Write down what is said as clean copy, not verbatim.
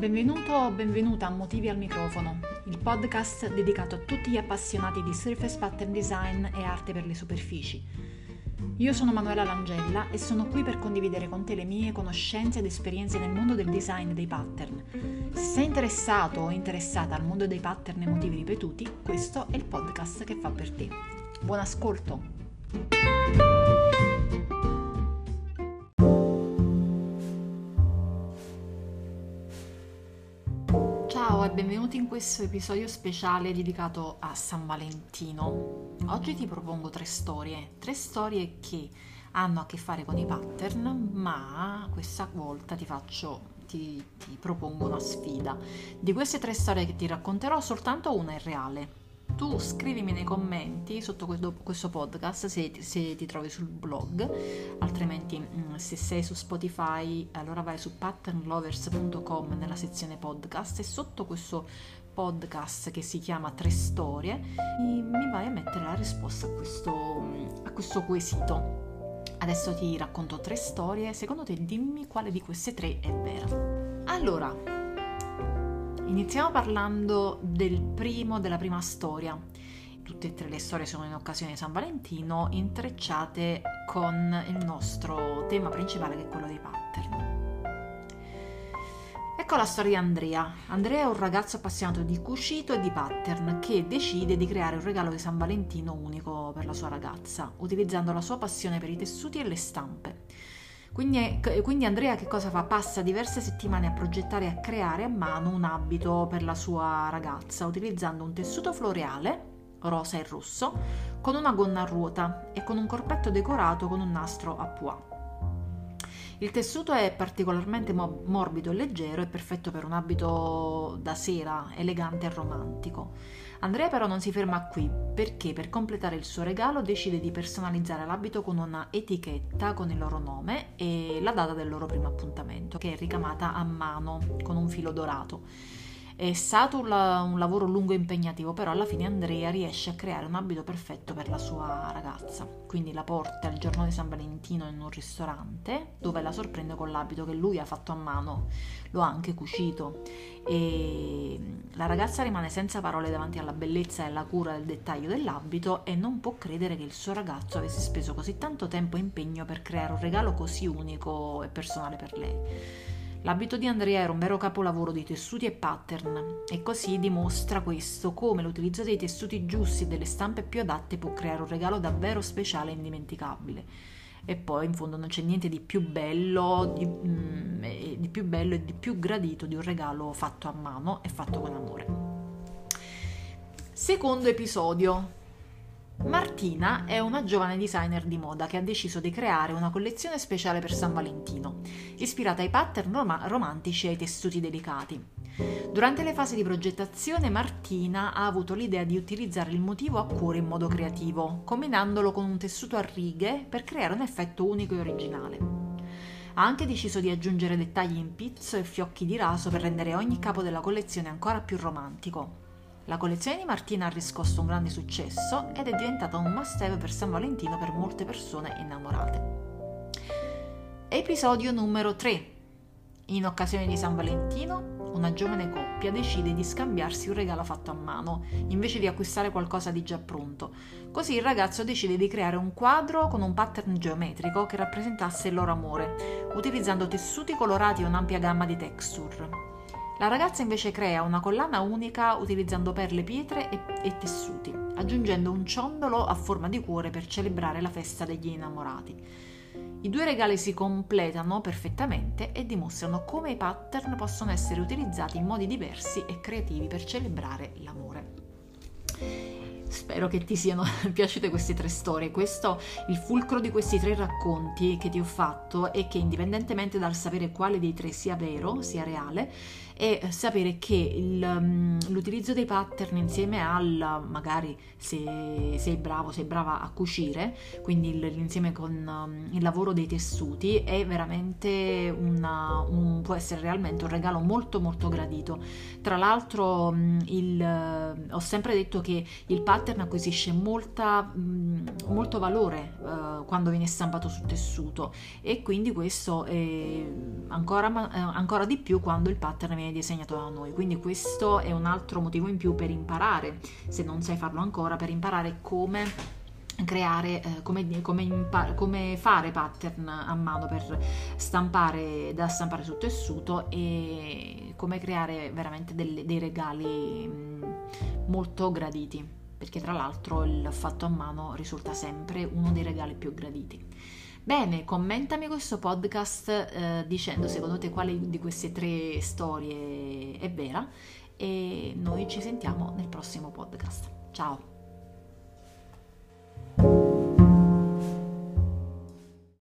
Benvenuto o benvenuta a Motivi al microfono, il podcast dedicato a tutti gli appassionati di surface pattern design e arte per le superfici. Io sono Manuela Langella e sono qui per condividere con te le mie conoscenze ed esperienze nel mondo del design e dei pattern. Se sei interessato o interessata al mondo dei pattern e motivi ripetuti, questo è il podcast che fa per te. Buon ascolto! Ciao e benvenuti in questo episodio speciale dedicato a San Valentino. Oggi ti propongo tre storie che hanno a che fare con i pattern, ma questa volta ti propongo una sfida. Di queste tre storie che ti racconterò, soltanto una è reale. Tu scrivimi nei commenti sotto questo podcast se ti trovi sul blog, altrimenti se sei su Spotify allora vai su patternlovers.com nella sezione podcast e sotto questo podcast che si chiama Tre storie mi vai a mettere la risposta a questo quesito. Adesso ti racconto tre storie, secondo te dimmi quale di queste tre è vera. Allora, iniziamo parlando della prima storia. Tutte e tre le storie sono in occasione di San Valentino, intrecciate con il nostro tema principale, che è quello dei pattern. Ecco la storia di Andrea. Andrea è un ragazzo appassionato di cucito e di pattern che decide di creare un regalo di San Valentino unico per la sua ragazza, utilizzando la sua passione per i tessuti e le stampe. Quindi Andrea che cosa fa? Passa diverse settimane a progettare e a creare a mano un abito per la sua ragazza, utilizzando un tessuto floreale, rosa e rosso, con una gonna a ruota e con un corpetto decorato con un nastro a pois. Il tessuto è particolarmente morbido e leggero e perfetto per un abito da sera, elegante e romantico. Andrea però non si ferma qui, perché per completare il suo regalo decide di personalizzare l'abito con una etichetta con il loro nome e la data del loro primo appuntamento, che è ricamata a mano con un filo dorato. È stato un lavoro lungo e impegnativo, però alla fine Andrea riesce a creare un abito perfetto per la sua ragazza. Quindi la porta il giorno di San Valentino in un ristorante, dove la sorprende con l'abito che lui ha fatto a mano, lo ha anche cucito, e la ragazza rimane senza parole davanti alla bellezza e alla cura del dettaglio dell'abito e non può credere che il suo ragazzo avesse speso così tanto tempo e impegno per creare un regalo così unico e personale per lei. L'abito di Andrea era un vero capolavoro di tessuti e pattern, e così dimostra questo come l'utilizzo dei tessuti giusti e delle stampe più adatte può creare un regalo davvero speciale e indimenticabile. E poi in fondo non c'è niente di più bello, di più bello e di più gradito di un regalo fatto a mano e fatto con amore. Secondo episodio. Martina è una giovane designer di moda che ha deciso di creare una collezione speciale per San Valentino, ispirata ai pattern romantici e ai tessuti delicati. Durante le fasi di progettazione, Martina ha avuto l'idea di utilizzare il motivo a cuore in modo creativo, combinandolo con un tessuto a righe per creare un effetto unico e originale. Ha anche deciso di aggiungere dettagli in pizzo e fiocchi di raso per rendere ogni capo della collezione ancora più romantico. La collezione di Martina ha riscosso un grande successo ed è diventata un must-have per San Valentino per molte persone innamorate. Episodio numero 3. In occasione di San Valentino, una giovane coppia decide di scambiarsi un regalo fatto a mano, invece di acquistare qualcosa di già pronto. Così il ragazzo decide di creare un quadro con un pattern geometrico che rappresentasse il loro amore, utilizzando tessuti colorati e un'ampia gamma di texture. La ragazza invece crea una collana unica utilizzando perle, pietre e tessuti, aggiungendo un ciondolo a forma di cuore per celebrare la festa degli innamorati. I due regali si completano perfettamente e dimostrano come i pattern possono essere utilizzati in modi diversi e creativi per celebrare l'amore. Spero che ti siano piaciute queste tre storie. Questo, il fulcro di questi tre racconti che ti ho fatto è che, indipendentemente dal sapere quale dei tre sia vero, sia reale, è sapere che l'utilizzo dei pattern insieme al, magari se sei bravo, sei brava a cucire, quindi l'insieme con il lavoro dei tessuti è veramente può essere realmente un regalo molto molto gradito. Tra l'altro ho sempre detto che il pattern acquisisce molto valore quando viene stampato sul tessuto, e quindi questo è ancora di più quando il pattern viene viene disegnato da noi. Quindi questo è un altro motivo in più per imparare, se non sai farlo ancora, per imparare come creare, come fare pattern a mano per da stampare sul tessuto, e come creare veramente dei regali molto graditi, perché tra l'altro il fatto a mano risulta sempre uno dei regali più graditi. Bene, commentami questo podcast dicendo secondo te quale di queste 3 storie è vera, e noi ci sentiamo nel prossimo podcast. Ciao!